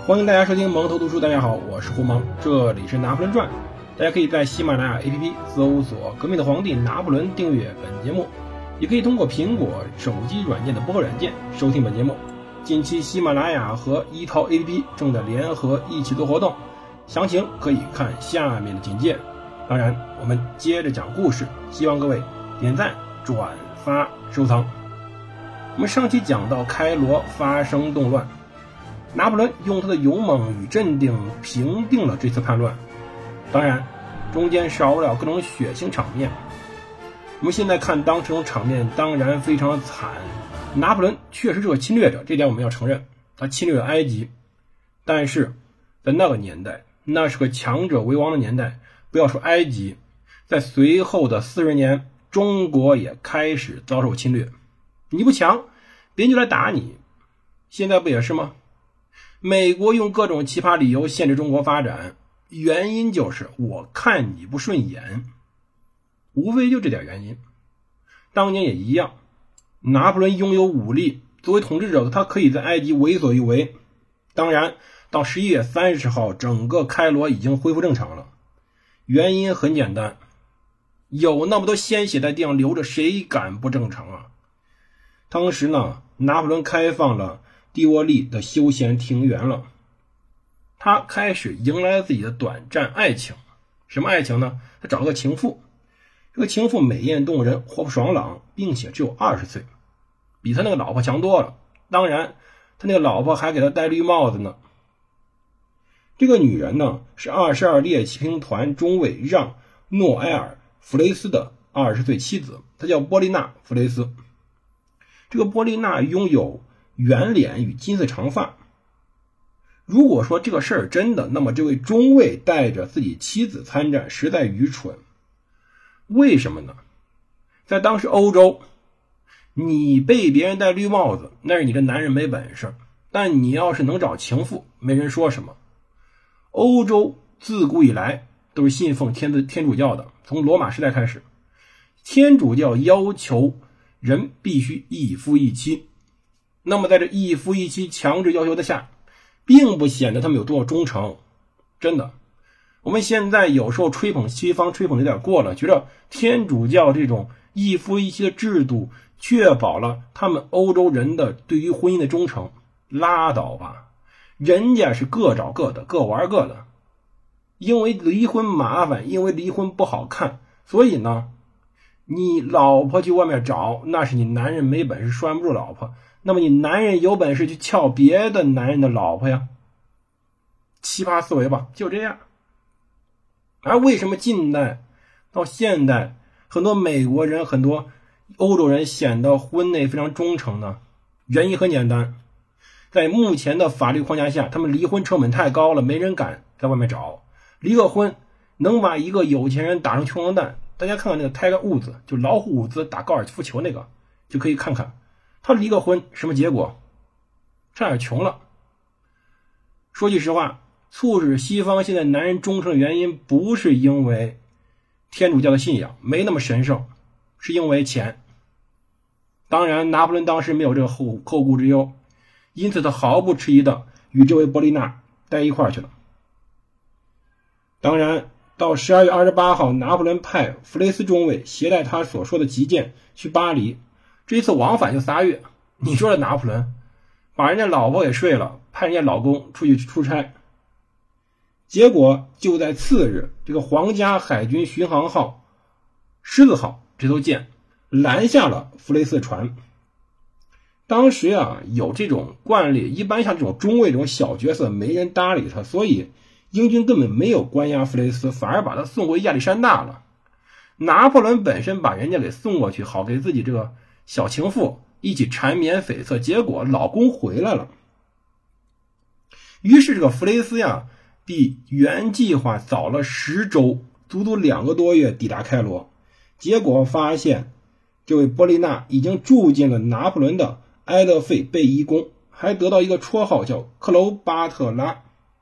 欢迎大家收听蒙头读书，大家好，我是胡蒙，这里是拿破仑传。大家可以在喜马拉雅 APP 搜索革命的皇帝拿破仑，订阅本节目，也可以通过苹果手机软件的播客软件收听本节目。近期喜马拉雅和一淘 APP 正在联合一起做活动，详情可以看下面的简介。当然我们接着讲故事，希望各位点赞、转发、收藏。我们上期讲到开罗发生动乱，拿破仑用他的勇猛与镇定平定了这次叛乱，当然中间少不了各种血腥场面。我们现在看当时这种场面当然非常惨，拿破仑确实是个侵略者，这点我们要承认，他侵略了埃及，但是在那个年代，那是个强者为王的年代，不要说埃及，在随后的40年，中国也开始遭受侵略，你不强别人就来打你，现在不也是吗？美国用各种奇葩理由限制中国发展，原因就是我看你不顺眼，无非就这点原因。当年也一样，拿破仑拥有武力，作为统治者他可以在埃及为所欲为。当然到11月30号整个开罗已经恢复正常了，原因很简单，有那么多鲜血在地上流着，谁敢不正常啊？当时呢，拿破仑开放了蒂沃利的休闲庭园了，他开始迎来了自己的短暂爱情。什么爱情呢？他找了个情妇，这个情妇美艳动人，活泼爽朗，并且只有20岁，比他那个老婆强多了。当然他那个老婆还给他戴绿帽子呢。这个女人呢，是22猎骑兵团中尉让诺埃尔弗雷斯的20岁妻子，她叫波丽娜弗雷斯。这个波丽娜拥有圆脸与金色长发。如果说这个事儿真的，那么这位中尉带着自己妻子参战实在愚蠢。为什么呢？在当时欧洲，你被别人戴绿帽子那是你个男人没本事，但你要是能找情妇没人说什么。欧洲自古以来都是信奉天主教的，从罗马时代开始，天主教要求人必须一夫一妻。那么在这一夫一妻强制要求的下，并不显得他们有多么忠诚。真的，我们现在有时候吹捧西方吹捧有点过了，觉得天主教这种一夫一妻的制度确保了他们欧洲人的对于婚姻的忠诚，拉倒吧，人家是各找各的，各玩各的。因为离婚麻烦，因为离婚不好看，所以呢，你老婆去外面找，那是你男人没本事拴不住老婆，那么你男人有本事去撬别的男人的老婆呀。奇葩思维吧，就这样。而为什么近代到现代很多美国人很多欧洲人显得婚内非常忠诚呢？原因很简单，在目前的法律框架下，他们离婚成本太高了，没人敢在外面找。离个婚能把一个有钱人打成穷光蛋，大家看看那个泰戈尔伍兹，就老虎伍兹打高尔夫球那个，就可以看看他离个婚什么结果，差点穷了。说句实话，促使西方现在男人忠诚的原因不是因为天主教的信仰没那么神圣，是因为钱。当然拿破仑当时没有这个后顾之忧，因此他毫不迟疑的与这位波丽娜待一块儿去了。当然到12月28号，拿破仑派弗雷斯中尉携带他所说的急件去巴黎，这一次往返就3月。你说这拿破仑把人家老婆给睡了，派人家老公出去出差，结果就在次日，这个皇家海军巡航号狮子号这艘舰拦下了弗雷斯船。当时有这种惯例，一般像这种中尉这种小角色没人搭理他，所以英军根本没有关押弗雷斯，反而把他送回亚历山大了。拿破仑本身把人家给送过去，好给自己这个小情妇一起缠绵悱恻，结果老公回来了。于是这个弗雷斯比原计划早了10周，足足2个多月抵达开罗。结果发现这位波丽娜已经住进了拿破仑的埃勒费贝伊宫，还得到一个绰号叫克楼巴特拉。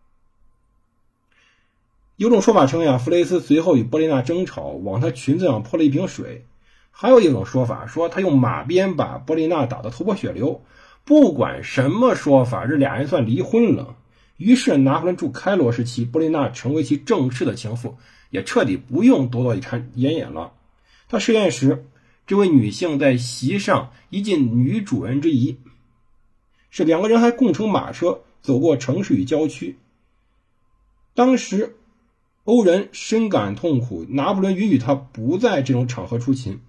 有种说法称弗雷斯随后与波丽娜争吵，往她裙子上泼了一瓶水。还有一种说法说他用马鞭把波丽娜打得头破血流。不管什么说法，这俩人算离婚了。 于是拿破仑驻开罗时期，波丽娜成为其正式的情妇，也彻底不用躲躲掩掩了。他设宴时，这位女性在席上一尽女主人之谊，是两个人还共乘马车走过城市与郊区。当时欧人深感痛苦，拿破仑允许他不在这种场合出勤。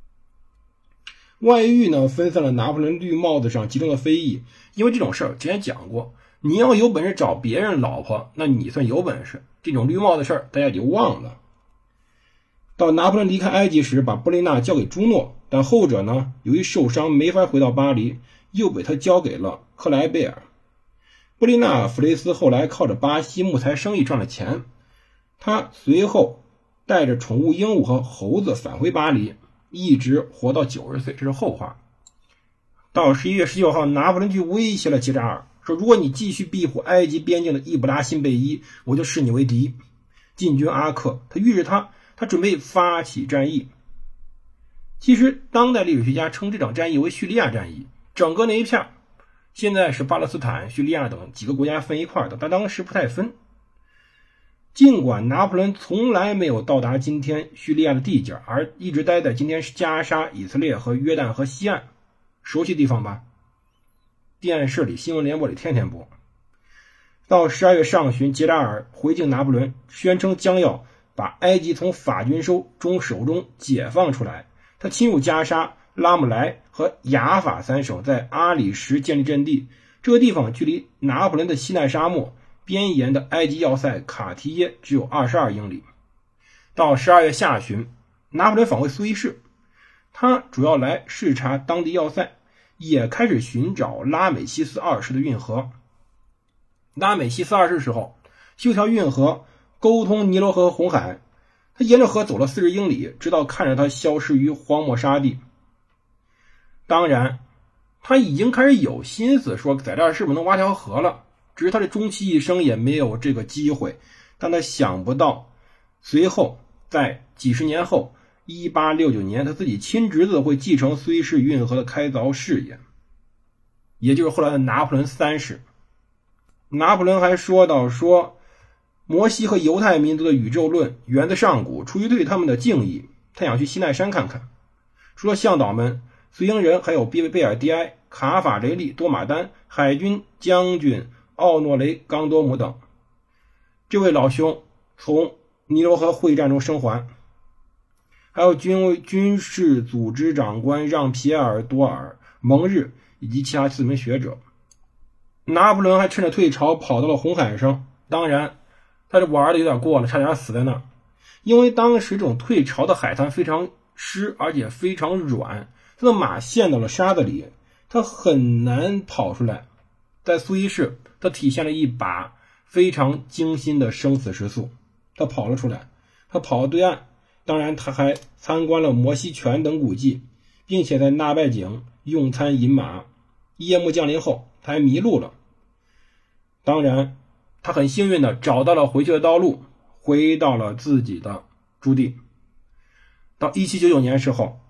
外遇呢，分散了拿破仑绿帽子上集中的非议，因为这种事儿之前讲过，你要有本事找别人老婆，那你算有本事，这种绿帽子事儿大家就忘了。到拿破仑离开埃及时，把波丽娜交给朱诺，但后者呢，由于受伤没法回到巴黎，又被他交给了克莱贝尔。波丽娜·弗雷斯后来靠着巴西木材生意赚了钱，他随后带着宠物鹦鹉和猴子返回巴黎，一直活到90岁，这是后话。到11月19号，拿破仑就威胁了杰扎尔，说如果你继续庇护埃及边境的易卜拉欣贝伊，我就视你为敌，进军阿克。他预示他准备发起战役。其实当代历史学家称这场战役为叙利亚战役，整个那一片现在是巴勒斯坦、叙利亚等几个国家分一块的，但当时不太分。尽管拿破仑从来没有到达今天叙利亚的地界，而一直待在今天加沙、以色列和约旦河西岸，熟悉地方吧？电视里、新闻联播里天天播。到12月上旬，杰扎尔回敬拿破仑，宣称将要把埃及从法军手中解放出来。他侵入加沙、拉姆莱和雅法3省，在阿里什建立阵地。这个地方距离拿破仑的西奈沙漠边沿的埃及要塞卡提耶只有22英里。到12月下旬，拿破仑访问苏伊士，他主要来视察当地要塞，也开始寻找拉美西斯2世的运河。拉美西斯2世时候修条运河沟通尼罗河和红海，他沿着河走了40英里，直到看着它消失于荒漠沙地。当然他已经开始有心思说在这儿是不是能挖条河了，只是他的终其一生也没有这个机会。但他想不到随后在几十年后1869年，他自己亲侄子会继承苏伊士运河的开凿事业，也就是后来的拿破仑3世。拿破仑还说到摩西和犹太民族的宇宙论源自上古，出于对他们的敬意，他想去西奈山看看。除了向导们、随行人，还有贝尔迪埃、卡法雷利、多马丹、海军将军奥诺雷冈多姆等。这位老兄从尼罗河会战中生还，还有军事组织长官让皮埃尔多尔、蒙日以及其他4名学者。拿破仑还趁着退潮跑到了红海上，当然他这玩的有点过了，差点死在那儿。因为当时这种退潮的海滩非常湿，而且非常软，他的马陷到了沙子里，他很难跑出来。在苏伊士，他体现了一把非常精心的生死时速，他跑了出来，他跑到对岸。当然他还参观了摩西泉等古迹，并且在纳拜井用餐饮马。夜幕降临后，他还迷路了。当然他很幸运的找到了回去的道路，回到了自己的驻地。到1799年时候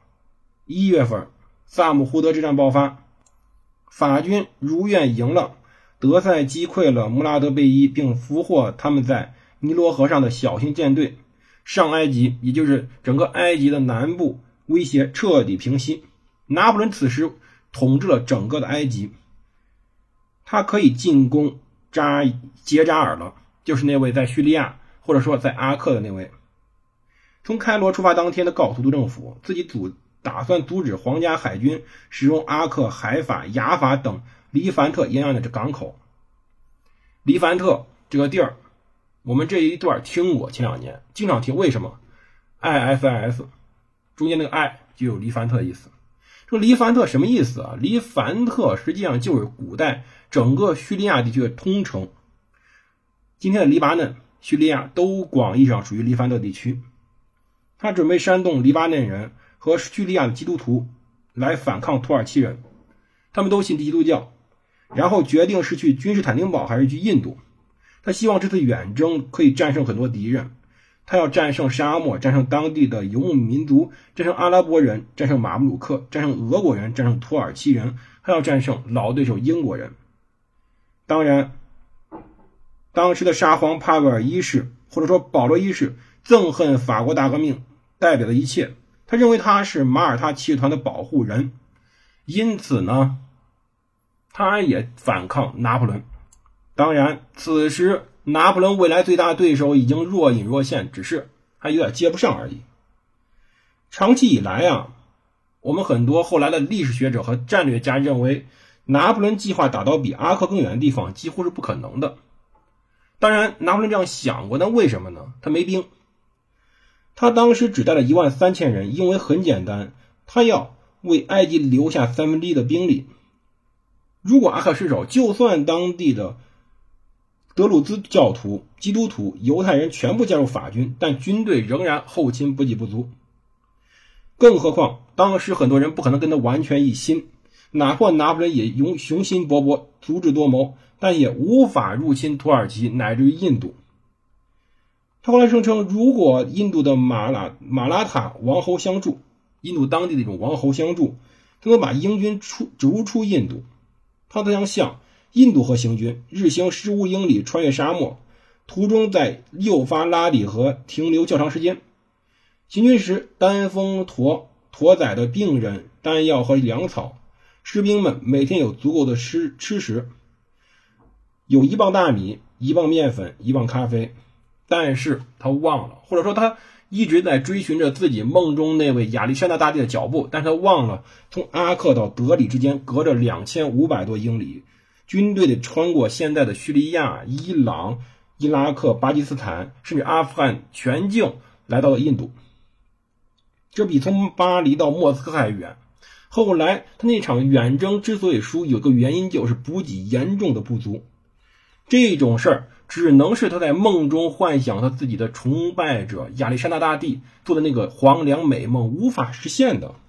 1月份，萨姆胡德之战爆发，法军如愿赢了，德塞击溃了穆拉德贝伊，并俘获他们在尼罗河上的小型舰队。上埃及，也就是整个埃及的南部威胁彻底平息。拿破仑此时统治了整个的埃及，他可以进攻杰扎尔了，就是那位在叙利亚或者说在阿克的那位。从开罗出发当天，他告诉都政府自己打算阻止皇家海军使用阿克、海法、雅法等黎凡特沿岸的港口。黎凡特这个地儿我们这一段听过，前2年经常听。为什么 IFIS 中间那个 I 就有黎凡特的意思。这个黎凡特什么意思啊？黎凡特实际上就是古代整个叙利亚地区的通称，今天的黎巴嫩、叙利亚都广义上属于黎凡特地区。他准备煽动黎巴嫩人和叙利亚的基督徒来反抗土耳其人，他们都信基督教，然后决定是去君士坦丁堡还是去印度。他希望这次远征可以战胜很多敌人，他要战胜沙漠，战胜当地的游牧民族，战胜阿拉伯人，战胜马穆鲁克，战胜俄国人，战胜土耳其人，还要战胜老对手英国人。当然当时的沙皇帕格尔一世或者说保罗一世憎恨法国大革命代表的一切，他认为他是马耳他骑士团的保护人，因此呢他也反抗拿破仑。当然此时拿破仑未来最大的对手已经若隐若现，只是还有点接不上而已。长期以来啊，我们很多后来的历史学者和战略家认为拿破仑计划打到比阿克更远的地方几乎是不可能的。当然拿破仑这样想过，但为什么呢？他没兵，他当时只带了13000人，因为很简单，他要为埃及留下1/3的兵力。如果阿克失守，就算当地的德鲁兹教徒、基督徒、犹太人全部加入法军，但军队仍然后勤补给不足。更何况当时很多人不可能跟他完全一心，哪怕拿破仑也雄心勃勃、足智多谋，但也无法入侵土耳其乃至于印度。他后来声称，如果印度的马拉塔王侯相助，印度当地的一种王侯相助，他能把英军逐出印度。他将向印度河行军，日行15英里，穿越沙漠，途中在幼发拉底河停留较长时间。行军时单峰驮载的病人、弹药和粮草，士兵们每天有足够的吃食，有1磅大米、1磅面粉、1磅咖啡。但是他忘了，或者说他一直在追寻着自己梦中那位亚历山大大帝的脚步，但是他忘了从阿克到德里之间隔着2500多英里，军队得穿过现在的叙利亚、伊朗、伊拉克、巴基斯坦甚至阿富汗全境，来到了印度。这比从巴黎到莫斯科还远。后来他那场远征之所以输，有个原因就是补给严重的不足。这种事儿只能是他在梦中幻想他自己的崇拜者亚历山大大帝做的那个黄粱美梦无法实现的。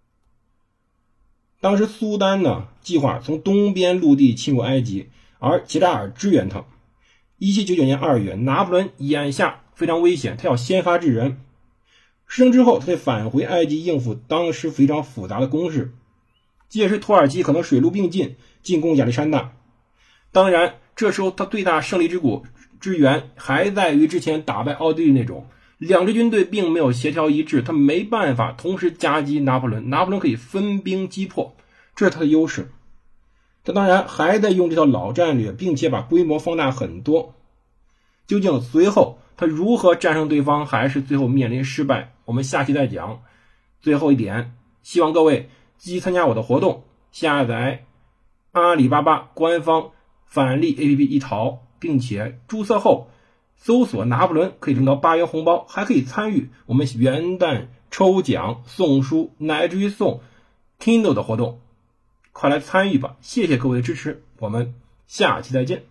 当时苏丹呢计划从东边陆地侵入埃及，而齐达尔支援他。1799年2月，拿破仑眼下非常危险，他要先发制人。事成之后，他得返回埃及应付当时非常复杂的攻势。届时土耳其可能水陆并进进攻亚历山大。当然这时候他最大胜利之源还在于之前打败奥地利那种两支军队并没有协调一致，他没办法同时夹击拿破仑，拿破仑可以分兵击破，这是他的优势。他当然还在用这套老战略，并且把规模放大很多。究竟随后他如何战胜对方，还是最后面临失败，我们下期再讲。最后一点，希望各位积极参加我的活动，下载阿里巴巴官方返利 APP 一淘，并且注册后搜索拿破仑，可以挣到8元红包，还可以参与我们元旦抽奖、送书乃至于送 Kindle 的活动，快来参与吧！谢谢各位的支持，我们下期再见。